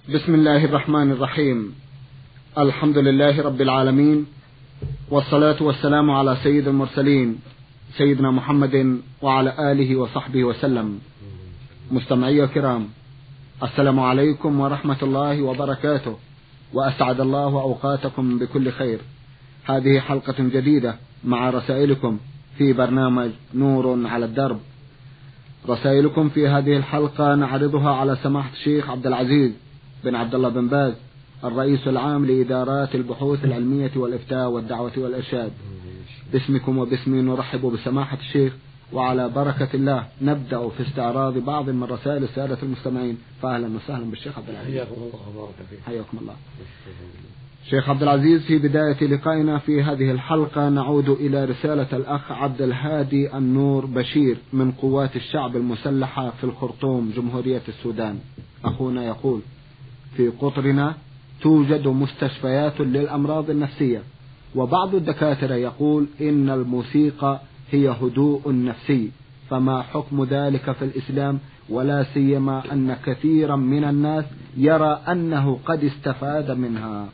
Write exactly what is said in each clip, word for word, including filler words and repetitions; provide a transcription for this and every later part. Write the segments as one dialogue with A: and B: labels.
A: بسم الله الرحمن الرحيم. الحمد لله رب العالمين، والصلاة والسلام على سيد المرسلين سيدنا محمد وعلى آله وصحبه وسلم. مستمعي الكرام، السلام عليكم ورحمة الله وبركاته، وأسعد الله أوقاتكم بكل خير. هذه حلقة جديدة مع رسائلكم في برنامج نور على الدرب. رسائلكم في هذه الحلقة نعرضها على سماحة الشيخ عبد العزيز بن عبد الله بن باز، الرئيس العام لإدارات البحوث العلمية والإفتاء والدعوة والإرشاد. باسمكم وباسمي نرحب بسماحة الشيخ، وعلى بركة الله نبدأ في استعراض بعض من رسائل السادة المستمعين. فأهلا وسهلا بالشيخ عبد العزيز.
B: حياكم الله وبارك فيك.
A: حياكم الله. شيخ عبد العزيز، في بداية لقائنا في هذه الحلقة نعود إلى رسالة الأخ عبد الهادي النور بشير من قوات الشعب المسلحة في الخرطوم جمهورية السودان. أخونا يقول: في قطرنا توجد مستشفيات للأمراض النفسية، وبعض الدكاترة يقول إن الموسيقى هي هدوء نفسي، فما حكم ذلك في الإسلام، ولا سيما أن كثيرا من الناس يرى أنه قد استفاد منها؟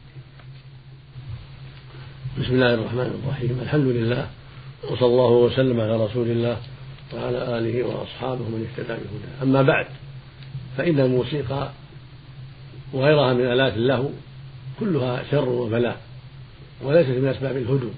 B: بسم الله الرحمن الرحيم. الحمد لله، وصلى الله وسلم على رسول الله وعلى آله وأصحابه من اهتدى بهداه. أما بعد، فإن الموسيقى وغيرها من آلات اللهو كلها شر وبلاء، وليست من أسباب الهدوء،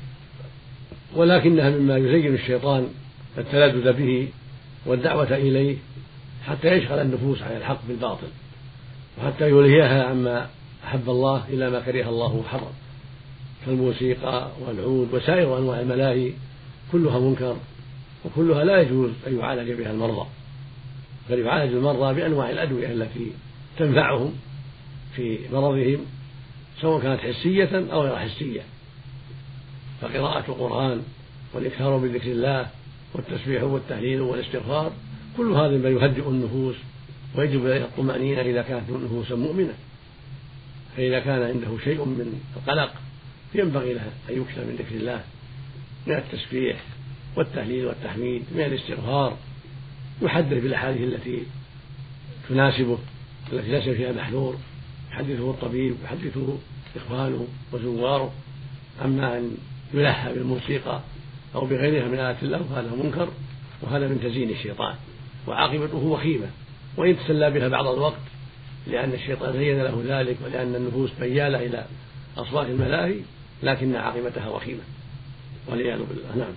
B: ولكنها مما يزين الشيطان التلذذ به والدعوة إليه حتى يشغل النفوس عن الحق بالباطل، وحتى يلهيها عما أحب الله إلى ما كره الله وحرم، كالموسيقى والعود وسائر أنواع الملاهي كلها منكر، وكلها لا يجوز أن يعالج بها المرضى، بل يعالج المرضى بأنواع الأدوية التي تنفعهم في مرضهم، سواء كانت حسية أو غير حسية. فقراءة القرآن والإكثار من ذكر الله والتسبيح والتهليل والاستغفار كل هذا ما يهدئ النفوس ويجب عليها الطمأنينة إذا كانت نفوسا مؤمنة. فإذا كان عنده شيء من القلق ينبغي له أن يكثر من ذكر الله، من التسبيح والتهليل والتحميد، من الاستغفار، يحدث بالأحاديث التي تناسبه التي ليس فيها محذور، يحدثه الطبيب يحدثه إخوانه وزواره. أما أن يلهى بالموسيقى أو بغيرها من آلات الله هذا منكر، وهذا من تزيين الشيطان، وعاقبته وخيمة، وإن تسلى بها بعض الوقت لأن الشيطان زين له ذلك، ولأن النفوس ميالة إلى أصوات الملاهي، لكن عاقبتها وخيمة والعياذ بالله. نعم.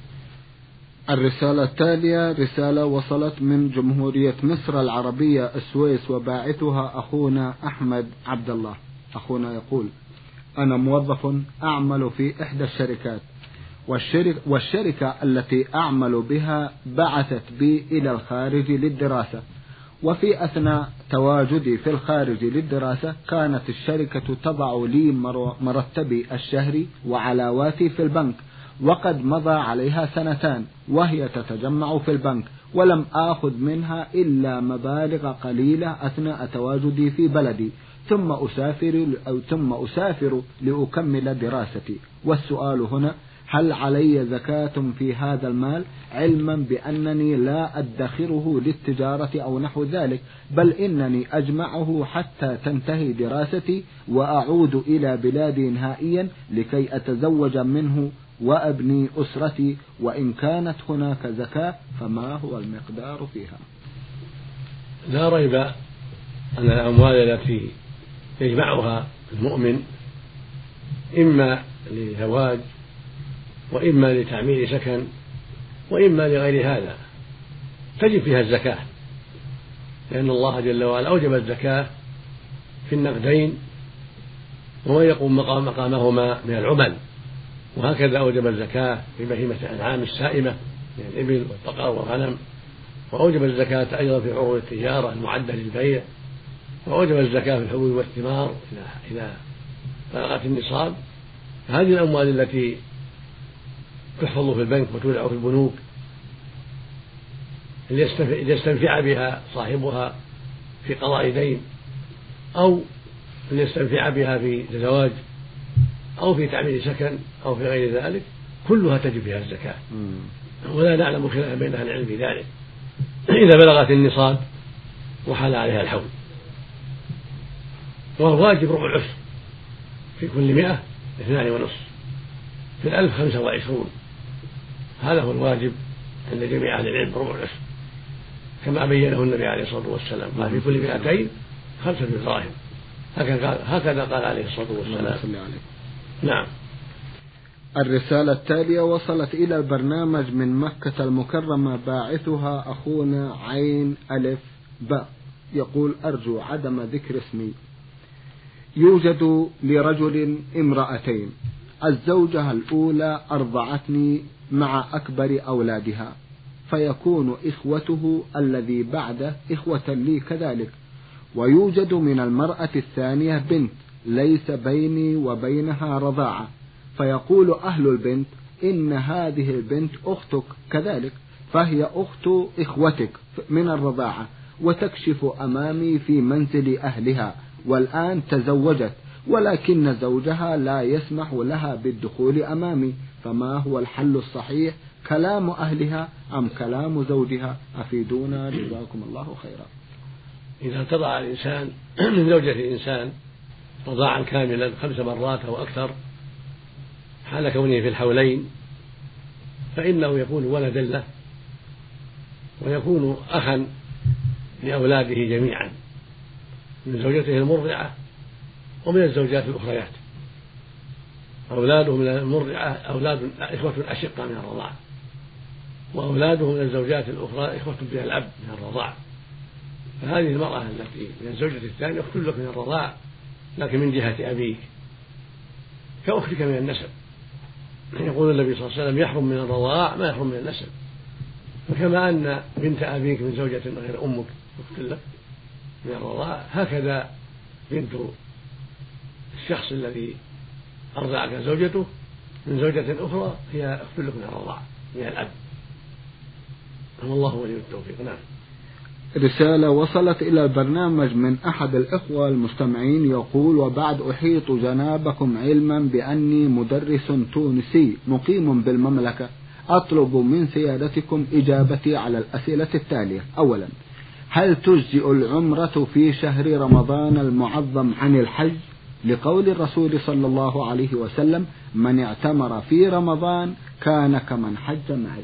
A: الرسالة التالية رسالة وصلت من جمهورية مصر العربية السويس، وباعثها أخونا أحمد عبد الله. أخونا يقول: أنا موظف أعمل في إحدى الشركات، والشركة, والشركة التي أعمل بها بعثت بي إلى الخارج للدراسة، وفي أثناء تواجدي في الخارج للدراسة كانت الشركة تضع لي مرتبي الشهري وعلاواتي في البنك، وقد مضى عليها سنتان وهي تتجمع في البنك، ولم آخذ منها إلا مبالغ قليلة أثناء تواجدي في بلدي، ثم أسافر أو ثم أسافر لأكمل دراستي. والسؤال هنا: هل علي زكاة في هذا المال، علما بأنني لا أدخره للتجارة أو نحو ذلك، بل إنني أجمعه حتى تنتهي دراستي وأعود إلى بلادي نهائيا لكي أتزوج منه وأبني أسرتي، وإن كانت هناك زكاة فما هو المقدار فيها؟
B: لا ريب أن الأموال التي يجمعها المؤمن إما لزواج، وإما لتعمير سكن، وإما لغير هذا تجب فيها الزكاة، لأن الله جل وعلا أوجب الزكاة في النقدين وما يقوم مقام مقامهما من العمل، وهكذا أوجب الزكاة في بهيمة الأنعام السائمة من الإبل والبقر والغنم، وأوجب الزكاة أيضا في عروض التجارة المعدة للبيع، وأوجب الزكاة في الحبوب والثمار إذا بلغت النصاب. هذه الأموال التي تحفظ في البنك وتودع في البنوك ليستنفع بها صاحبها في قضاء دين، أو ليستنفع بها في زواج، أو في تعمير سكن، أو في غير ذلك، كلها تجب فيها الزكاة، ولا نعلم خلافا بين أهل العلم في ذلك إذا بلغت النصاب وحال عليها الحول. والواجب ربع العشر، في كل مئة اثنان ونصف، في الألف خمسة وعشرون. هذا هو الواجب عند جميع أهل العلم، ربع العشر، كما بينه النبي عليه الصلاة والسلام، قال في كل مئتين خمسة دراهم، هكذا قال عليه الصلاة والسلام. نعم.
A: الرسالة التالية وصلت إلى البرنامج من مكة المكرمة، باعثها أخونا عين ألف باء، يقول: أرجو عدم ذكر اسمي. يوجد لرجل امرأتين، الزوجة الأولى أرضعتني مع أكبر أولادها، فيكون إخوته الذي بعده إخوة لي كذلك. ويوجد من المرأة الثانية بنت ليس بيني وبينها رضاعة، فيقول أهل البنت إن هذه البنت أختك كذلك، فهي أخت إخوتك من الرضاعة، وتكشف أمامي في منزل أهلها، والآن تزوجت، ولكن زوجها لا يسمح لها بالدخول أمامي، فما هو الحل الصحيح؟ كلام أهلها أم كلام زوجها؟ أفيدونا جزاكم الله خيرا.
B: إذا ارتضع الإنسان من زوجة إنسان رضاعا كاملا خمس مرات أو أكثر حال كونه في الحولين، فإنه يكون ولدا له، ويكون أخا لأولاده جميعا من زوجته المرضعة ومن الزوجات الأخريات. أولاده من المرضعة أولاد إخوة أشقة من الرضاعة، وأولاده من الزوجات الأخرى إخوة بها الأب من الرضاعة. فهذه المرأة التي من الزوجة الثانية أخت لك من الرضاعة، لكن من جهة أبيك كأختك من النسب. يقول النبي صلى الله عليه وسلم: يحرم من الرضاع ما يحرم من النسب. فكما أن بنت أبيك من زوجة غير أمك أخت لك من الرضاعة، هكذا بنت الشخص الذي أرضعك زوجته من زوجة أخرى هي أخت لك من الرضاعة من الأب. الله ولي التوفيق. نعم.
A: رسالة وصلت إلى البرنامج من أحد الإخوة المستمعين، يقول: وبعد أحيط جنابكم علما بأني مدرس تونسي مقيم بالمملكة، أطلب من سيادتكم إجابتي على الأسئلة التالية. أولا، هل تجزئ العمرة في شهر رمضان المعظم عن الحج؟ لقول الرسول صلى الله عليه وسلم: من اعتمر في رمضان كان كمن حج معي.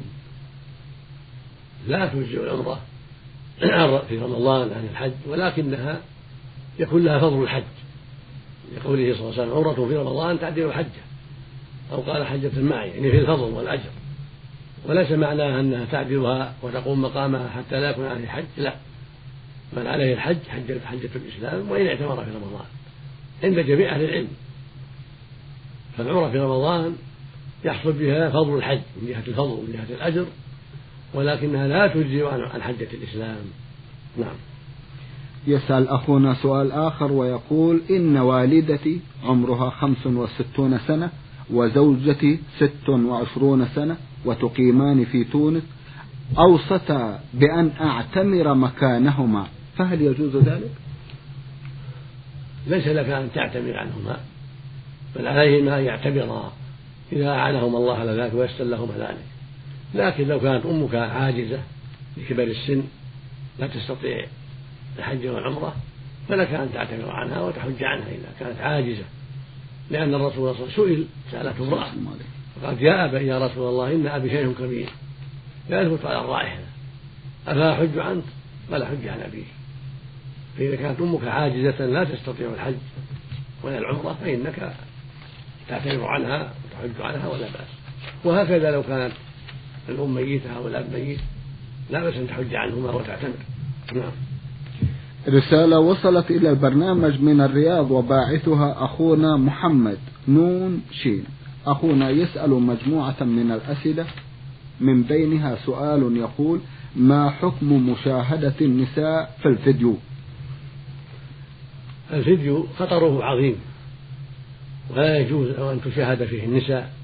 B: لا تجزئ العمرة في رمضان عن الحج، ولكنها يكون لها فضل الحج، لقوله صلى الله عليه وسلم: عمرة في رمضان تعدل الحجة، أو قال حجة معي، يعني في الفضل والأجر. وليس معناها أنها تعدلها وتقوم مقامها حتى لا يكون عليه الحج، لا، من عليه الحج حجة حجة الإسلام وإن اعتمر في رمضان عند جميع أهل العلم. فالعمرة في رمضان يحصل بها فضل الحج من جهة الفضل ومن جهة الأجر، ولكنها لا تجزي عن حجة الإسلام. نعم.
A: يسأل أخونا سؤال آخر ويقول: إن والدتي عمرها خمس وستون سنة وزوجتي ست وعشرون سنة وتقيمان في تونس، أوصتا بأن أعتمر مكانهما، فهل يجوز ذلك؟
B: ليس لك أن تعتمر عنهما، بل عليهما أن يعتبرا إذا أعانهما الله على ذلك ويسر لهما ذلك. لكن لو كانت أمك عاجزة لكبر السن لا تستطيع الحج والعمرة، فلك أن تعتمر عنها وتحج عنها إذا كانت عاجزة، لأن الرسول صلى الله عليه وسلم سئل سألته امرأة فقالت: يا أبا يا رسول الله إن أبي شيخ كبير لا يثبت على الرائحة، أفأحج عنك؟ قال: حج عن أبيه. فإذا كانت أمك عاجزة لا تستطيع الحج ولا العمرة فإنك تعتمر عنها وتحج عنها ولا بأس. وهكذا لو كانت الأم ميتة أو الأب ميت لا بأس أن تحج عنهما وتعتمر. نعم.
A: رسالة وصلت إلى البرنامج من الرياض وباعثها أخونا محمد نون شين. أخونا يسأل مجموعة من الأسئلة، من بينها سؤال يقول: ما حكم مشاهدة النساء في الفيديو؟
B: الفيديو خطره عظيم، ولا يجوز أن تشاهد فيه النساء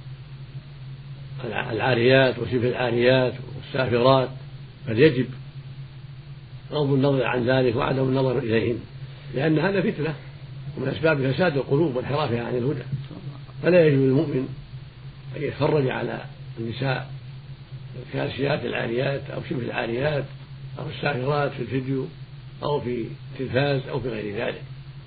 B: العاريات وشبه العاريات والسافرات، بل يجب غض النظر عن ذلك وعدم النظر إليهن، لأن هذا فتنة ومن أسباب فساد القلوب وانحرافها عن الهدى. فلا يجوز للمؤمن أن يتفرج على النساء الكاسيات العاريات أو شبه العاريات أو السافرات في الفيديو أو في التلفاز أو في غير ذلك،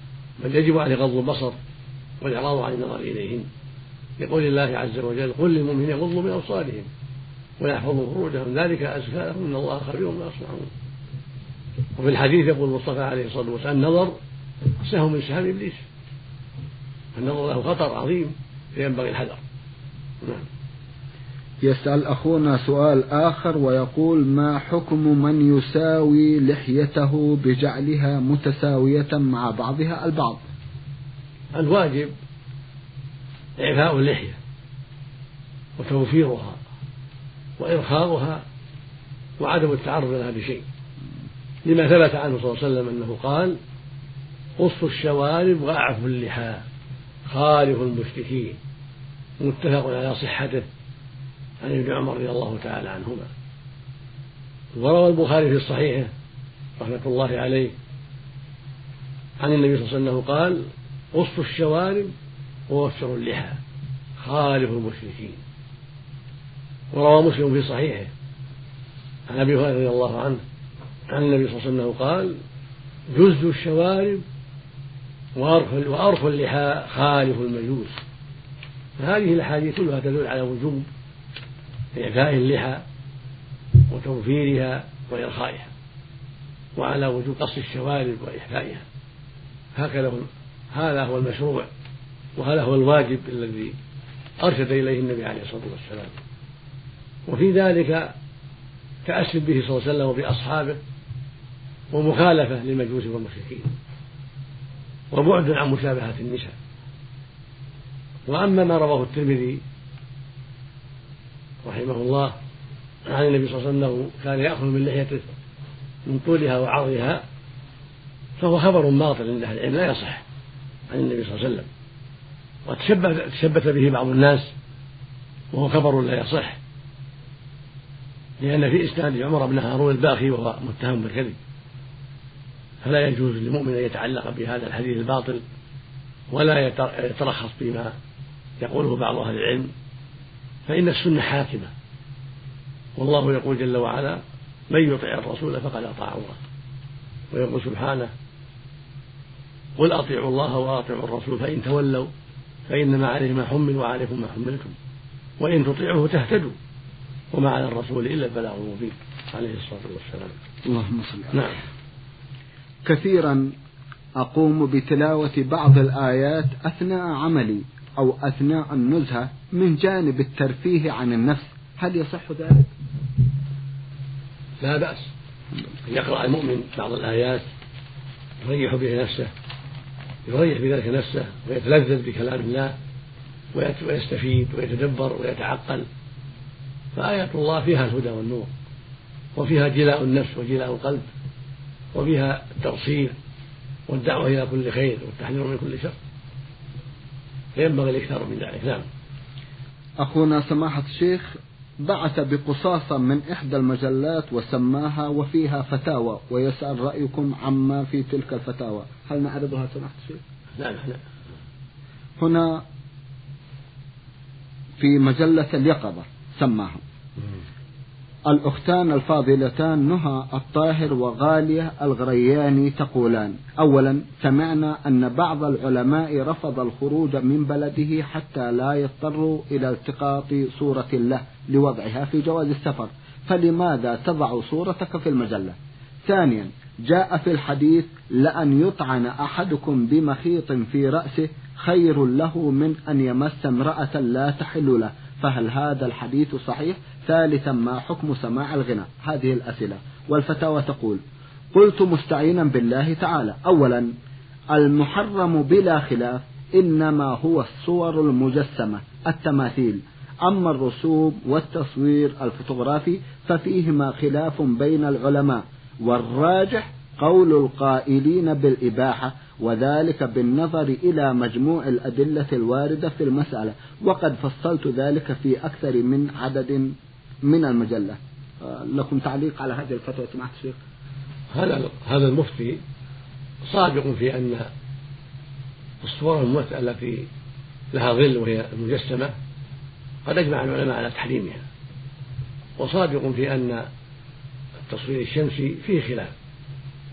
B: بل يجب عليه غض البصر والإعراض عن النظر إليهن، لقول الله عز وجل: قل للمؤمنين يغضوا من أبصارهم ويحفظوا فروجهم ذلك أزكى لهم إن الله خبير بما يصنعون. وفي الحديث يقول المصطفى عليه الصلاة والسلام: النظر سهم من سهام إبليس، النظر له خطر عظيم فينبغي الحذر. نعم.
A: يسأل أخونا سؤال آخر ويقول: ما حكم من يساوي لحيته بجعلها متساوية مع بعضها البعض؟
B: الواجب إعفاء اللحية وتوفيرها وإرخاؤها وعدم التعرض لها بشيء، لما ثبت عنه صلى الله عليه وسلم أنه قال: قصوا الشوارب وأعفوا اللحى خالفوا المشركين، متفق على صحته عن ابن عمر رضي الله تعالى عنهما. وروى البخاري في صحيحه رحمة الله عليه عن النبي صلى الله عليه وسلم قال: قصوا الشوارب ووفروا اللحى خالفوا المشركين. وروى مسلم في صحيحه عن ابي هريره رضي الله عنه عن النبي صلى الله عليه وسلم قال: جزوا الشوارب وأرخوا اللحى خالفوا المجوس. هذه الأحاديث كلها تدل على وجوب إعفاء اللحى وتوفيرها وإرخائها، وعلى وجوب قص الشوارب وإحفائها. هكذا هذا هو المشروع وهذا هو الواجب الذي أرشد إليه النبي عليه الصلاة والسلام، وفي ذلك تأسف به صلى الله عليه وسلم وبأصحابه ومخالفة للمجوس والمشركين وبعد عن مشابهة النساء. وأما ما رواه الترمذي رحمه الله عن النبي صلى الله عليه وسلم أنه كان يأخذ من لحيته من طولها وعرضها، فهو خبر باطل عند أهل العلم لا يصح عن النبي صلى الله عليه وسلم، وتشبث به بعض الناس وهو خبر لا يصح، لأن في إسناد عمر بن هارون الباخي وهو متهم بالكذب، فلا يجوز للمؤمن أن يتعلق بهذا الحديث الباطل ولا يترخص بما يقوله بعض أهل العلم، فإن السنة حاكمة، والله يقول جل وعلا: من يطع الرسول فقد أطاع الله. ويقول سبحانه: قل أطيعوا الله وأطيعوا الرسول فإن تولوا فإنما عليه ما حمل وعليكم ما حملتم وإن تطيعوه تهتدوا وما على الرسول إلا البلاغ المبين عليه الصلاة والسلام.
A: اللهم صل على
B: نعم.
A: كثيرا أقوم بتلاوة بعض الآيات أثناء عملي أو أثناء النزهة من جانب الترفيه عن النفس، هل يصح ذلك؟
B: لا بأس يقرأ المؤمن بعض الآيات يريح بها نفسه، يريح بذلك نفسه ويتلذذ بكلام الله ويستفيد ويتدبر ويتعقل. فآيات الله فيها الهدى والنور، وفيها جلاء النفس وجلاء القلب، وفيها التبصير والدعوة إلى كل خير والتحذير من كل شر، فينبغي الاكثار من ذلك. نعم.
A: أخونا سماحة الشيخ بعث بقصاصة من إحدى المجلات وسماها وفيها فتاوى، ويسأل رأيكم عما في تلك الفتاوى، هل نعرضها سماحة الشيخ؟
B: لا لا.
A: هنا في مجلة اليقظة سماها: الأختان الفاضلتان نهى الطاهر وغالية الغرياني تقولان: أولا، سمعنا أن بعض العلماء رفض الخروج من بلده حتى لا يضطروا إلى التقاط صورة له لوضعها في جواز السفر، فلماذا تضع صورتك في المجلة؟ ثانيا، جاء في الحديث: لأن يطعن أحدكم بمخيط في رأسه خير له من أن يمس امرأة لا تحل له، فهل هذا الحديث صحيح؟ ثالثا، ما حكم سماع الغناء؟ هذه الأسئلة. والفتاوى تقول: قلت مستعينا بالله تعالى: أولا، المحرم بلا خلاف إنما هو الصور المجسمة التماثيل، أما الرسوم والتصوير الفوتوغرافي ففيهما خلاف بين العلماء، والراجح قول القائلين بالإباحة، وذلك بالنظر إلى مجموع الأدلة الواردة في المسألة، وقد فصلت ذلك في أكثر من عدد من المجلة. لكم تعليق على هذه الفتوى سماحة الشيخ؟
B: هذا هذا المفتي صادق في أن الصور الممثلة التي لها ظل وهي المجسمة قد أجمع العلماء على تحريمها، وصادق في أن التصوير الشمسي فيه خلاف،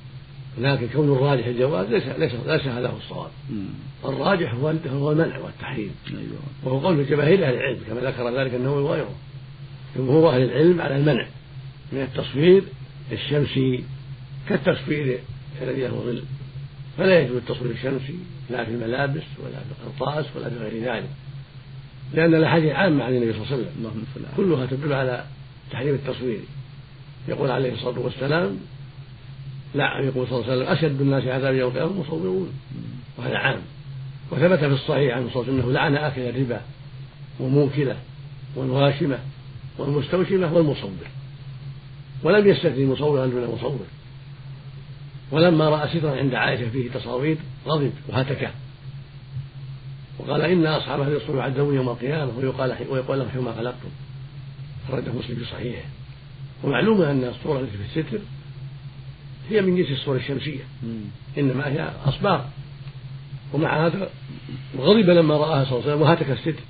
B: لكن كون الراجح الجواز ليس ليس ليس هذا هو الصواب. الراجح هو هو المنع والتحريم، وهو قول جماهير اهل العلم كما ذكر ذلك النووي وغيره. جمهور اهل العلم على المنع من التصوير الشمسي كالتصوير الذي له ظل، فلا يجوز التصوير الشمسي لا في الملابس ولا في القرطاس ولا في غير ذلك، لأن الأحاديث عامة عن النبي صلى الله عليه وسلم كلها تدل على تحريم التصوير. يقول عليه الصلاة والسلام لا يقول صلى الله عليه وسلم أشد الناس عذابا يوم القيامة المصورون، وهذا عام. وثبت في الصحيح عن صلى الله عليه وسلم أنه لعن آكل الربا وموكله والواشمة والمستوشمة والمصور، ولم يستثني مصورا دون مصور. ولما رأى سترا عند عائشة فيه تصاوير غضب وهتكه وقال إن أصحاب هذه الصور يعذبون يوم القيامة ويقال ويقال لهم حما خلقتم، خرجه مسلم في صحيحه. ومعلوم أن الصورة التي في الستر هي من جنس الصور الشمسية، إنما هي أصباغ. ومع هذا غضب لما رآها صلى الله عليه وسلم وهتك الستر،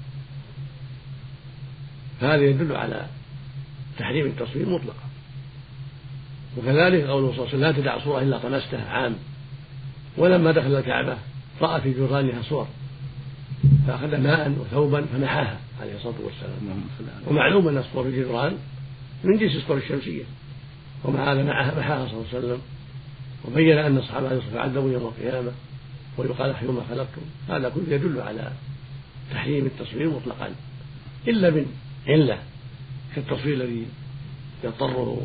B: فهذا يدل على تحريم التصوير مطلقا. وكذلك قوله صلى الله عليه وسلم لا تدع صورة إلا طمستها عام. ولما دخل الكعبة رأى في جدرانها صور فأخذ ماء وثوبا فمحاها عليه الصلاة والسلام. ومعلوم أن الصور في الجدران من جنس الصور الشمسية، ومع هذا محاها صلى الله عليه وسلم وبين أن أصحاب هذه الصور يعذبون يوم القيامة ويقال أحيوا ما خلقتم. هذا كله يدل على تحريم التصوير مطلقا، إلا من علة كالتصوير الذي يضطره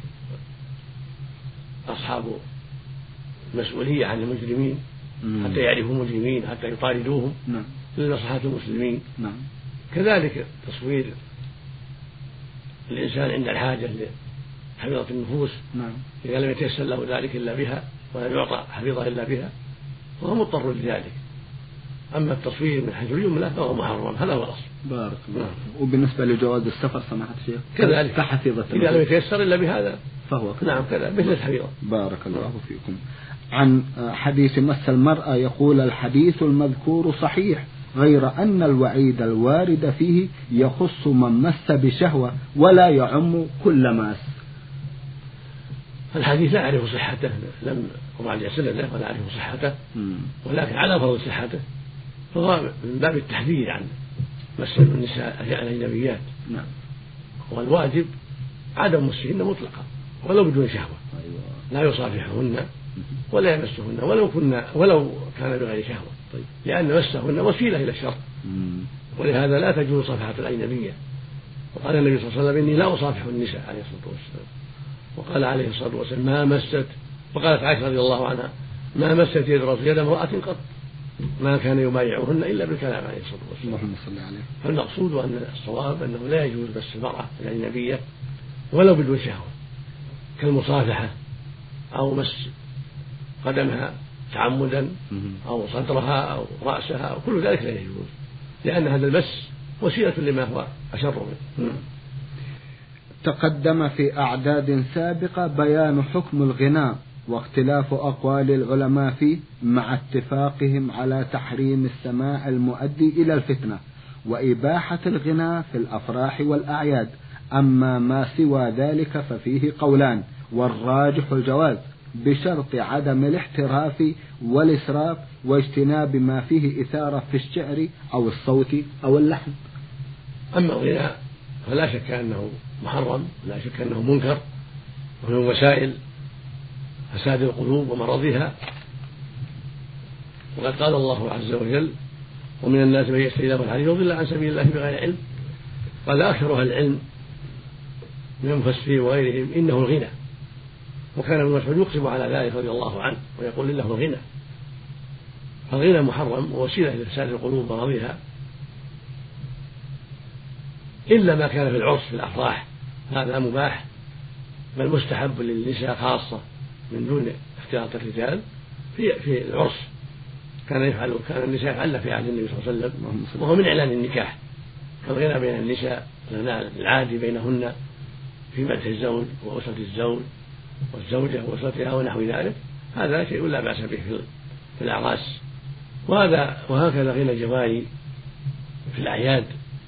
B: أصحاب المسؤولية عن المجرمين حتى يعرفوا المجرمين حتى يطاردوهم لمصلحة المسلمين.
A: نعم.
B: كذلك تصوير الإنسان عند الحاجة لحفيظة النفوس،
A: نعم.
B: إذا لم يتيسر له ذلك إلا بها ولم يعطى حفيظة إلا بها فهو مضطر لذلك. أما التصوير من حيث الجملة فهو محرم، هذا هو الأصل.
A: بارك الله. وبالنسبة لجواز السفر سماحة الشيخ
B: كذلك
A: كحفيظة
B: إذا لم يتيسر إلا بهذا
A: فهو كذلك.
B: نعم كذا مثل الحفيظة.
A: بارك الله فيكم. عن حديث مس المرأة يقول الحديث المذكور صحيح، غير أن الوعيد الوارد فيه يخص من مس بشهوة ولا يعم كل ماس.
B: الحديث لا أعرف صحته، لم أضع لي سنده ولا أعرف صحته، ولكن على فرض صحته فهو من باب التحذير عن مس النساء الأجنبيات.
A: نعم.
B: والواجب عدم مسهن مطلقا ولو بدون شهوة. لا يصافحهن ولا يمسهن ولو كنا ولو كان بغير شهوة.
A: طيب.
B: لأن مسهن وسيلة إلى الشر، ولهذا لا تجوز صفحة الأجنبية. وقال النبي صلى الله عليه وسلم إني لا أصافح النساء عليه الصلاة والسلام. وقال عليه الصلاة والسلام ما مست، وقالت عائشة رضي الله عنها ما مست يد رسول يد امرأة قط ما كان يبايعهن إلا بالكلام عليه الصلاة والسلام.
A: اللهم صل عليه.
B: فالمقصود أن الصواب أنه لا يجوز مس المرأة الأجنبية ولو بدون شهوة، كالمصافحة أو مس قدمها تعمدا أو صدرها أو رأسها أو كل ذلك لا يجوز، لأن هذا المس وسيلة لما هو أشر منه.
A: تقدم في أعداد سابقة بيان حكم الغناء واختلاف أقوال العلماء فيه مع اتفاقهم على تحريم السماع المؤدي إلى الفتنة وإباحة الغناء في الأفراح والأعياد. أما ما سوى ذلك ففيه قولان، والراجح الجواز بشرط عدم الاحتراف والإسراف واجتناب ما فيه إثارة في الشعر أو الصوت أو اللحن.
B: أما الغناء فلا شك أنه محرم، لا شك أنه منكر، ومن وسائل فساد القلوب ومرضها. وقد قال الله عز وجل ومن الناس من يشتري له الحديث ويضل عن سبيل الله بغير علم. قال أكثر أهل العلم من المفسرين وغيرهم إنه الغنى، وكان ابن مسعود يقسم على ذلك رضي الله عنه ويقول له الغنى. فالغنى محرم ووسيلة لفساد القلوب ومرضها، إلا ما كان في العرس في الأفراح هذا مباح بل مستحب للنساء خاصة من دون اختلاط الرجال. في في العرس كان يفعل كان النساء يفعلن في عهد النبي صلى الله عليه وسلم، وهو من إعلان النكاح كالغنى بين النساء العادي بينهن في مدح الزوج وأسرة الزوج والزوجة وأسرتها ونحو ذلك. هذا شيء لا بأس به في الأعراس، وهذا وهكذا غنى الجواري في الأعياد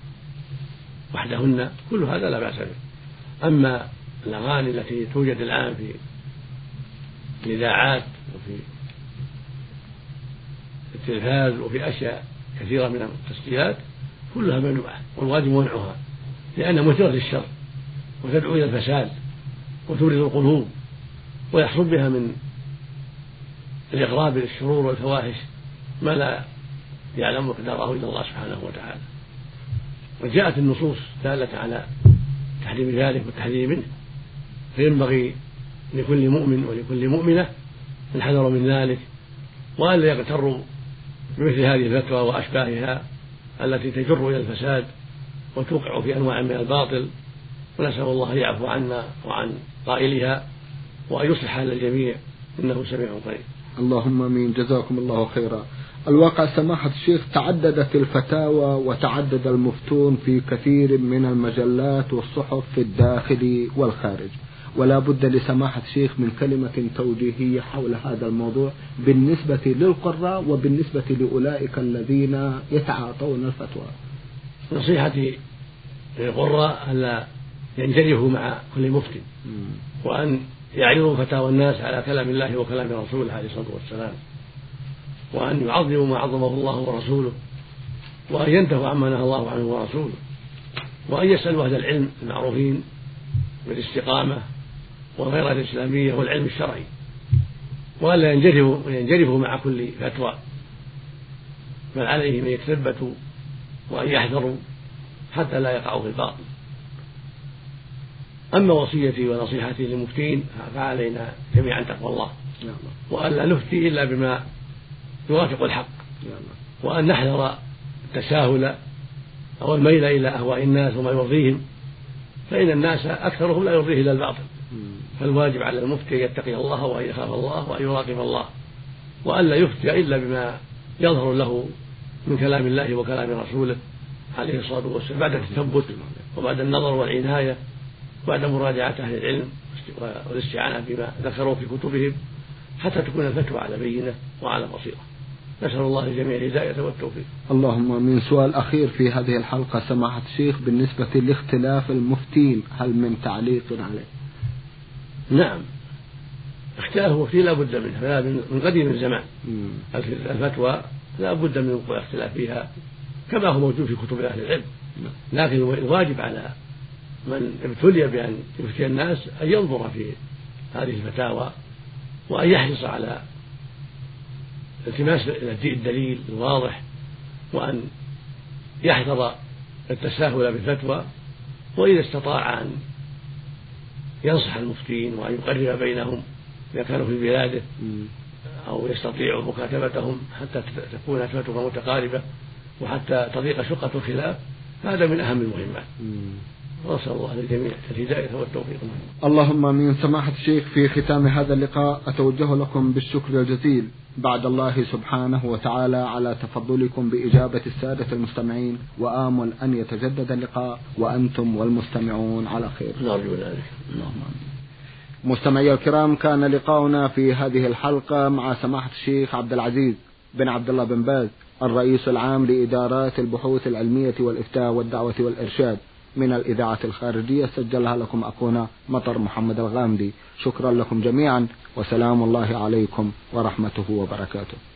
B: وحدهن كل هذا لا بأس به. أما الأغاني التي توجد الآن في الإذاعات وفي التلفاز وفي أشياء كثيرة من التسجيلات كلها ممنوعة، والواجب منعها، لأنها مثيرة للشر وتدعو إلى الفساد وتورد القلوب، ويحصل بها من الإغراب للشرور والفواحش ما لا يعلم مقداره إلا الله سبحانه وتعالى. وجاءت النصوص دالة على تحريم ذلك والتحذير منه، فينبغي لكل مؤمن ولكل مؤمنة الحذر من ذلك، وألا يغتروا بمثل هذه الفتوى وأشباهها التي تجر إلى الفساد وتوقع في أنواع من الباطل. ونسأل الله أن يعفو عنا وعن قائلها وأن يصلح حال الجميع، إنه سميع قريب.
A: اللهم امين. جزاكم الله خيرا. الواقع سماحة الشيخ تعددت الفتاوى وتعدد المفتون في كثير من المجلات والصحف في الداخل والخارج، ولا بد لسماحة الشيخ من كلمة توجيهية حول هذا الموضوع بالنسبة للقراء وبالنسبة لأولئك الذين يتعاطون الفتوى.
B: نصيحتي للقراء ألا ينجرفوا مع كل مفتي، وأن يعرضوا فتاوى الناس على كلام الله وكلام رسوله عليه الصلاة والسلام، وأن يعظموا ما عظمه الله ورسوله، وأن ينتهوا عما نهى الله عنه ورسوله، وأن يسألوا أهل العلم المعروفين بالاستقامة والغيرة الإسلامية والعلم الشرعي، وألا ينجرفوا ينجرفوا مع كل فتوى، بل عليهم أن يتثبتوا وأن يحذروا حتى لا يقعوا في الباطل. أما وصيتي ونصيحتي للمفتين فعلينا جميعا تقوى الله، وألا نفتي إلا بما يوافق الحق، وأن نحذر التساهل أو الميل إلى أهواء الناس وما يرضيهم، فإن الناس أكثرهم لا يرضيه إلا الباطل. فالواجب على المفتي أن يتقي الله وأن يخاف الله وأن يراقب الله، وألا يفتي إلا بما يظهر له من كلام الله وكلام رسوله عليه الصلاة والسلام، بعد التثبت وبعد النظر والعناية وبعد مراجعة أهل العلم والاستعانة بما ذكروا في كتبهم، حتى تكون الفتوى على بينة وعلى بصيرة. نسأل الله للجميع الهداية والتوفيق.
A: اللهم من سؤال أخير في هذه الحلقة سماحة الشيخ بالنسبة لاختلاف المفتين، هل من تعليق عليه؟
B: نعم، اختلاف المفتي لا بد منه من قديم الزمان. الفتوى لا بد من وقوع اختلاف فيها كما هو موجود في كتب أهل العلم، لكن الواجب على من ابتلي بأن يفتي الناس أن ينظر في هذه الفتاوى وأن يحرص على التماس الدليل الواضح، وأن يحذر التساهل بالفتوى، وإذا استطاع أن ينصح المفتين وأن يقرب بينهم إذا كانوا في بلاده أو يستطيع مكاتبتهم حتى تكون فتوى متقاربة وحتى تضيق شقة الخلاف، هذا من أهم المهمات. ونسأل الله للجميع الهداية والتوفيق.
A: اللهم امين. سماحة الشيخ في ختام هذا اللقاء أتوجه لكم بالشكر الجزيل بعد الله سبحانه وتعالى على تفضلكم بإجابة السادة المستمعين، وآمل أن يتجدد اللقاء وأنتم والمستمعون على خير.
B: نرجو ذلك.
A: اللهم امين. مستمعي الكرام، كان لقاؤنا في هذه الحلقة مع سماحة الشيخ عبد العزيز بن عبد الله بن باز، الرئيس العام لإدارات البحوث العلمية والإفتاء والدعوة والإرشاد من الإذاعة الخارجية، سجلها لكم أخونا مطر محمد الغامدي. شكرا لكم جميعا، وسلام الله عليكم ورحمته وبركاته.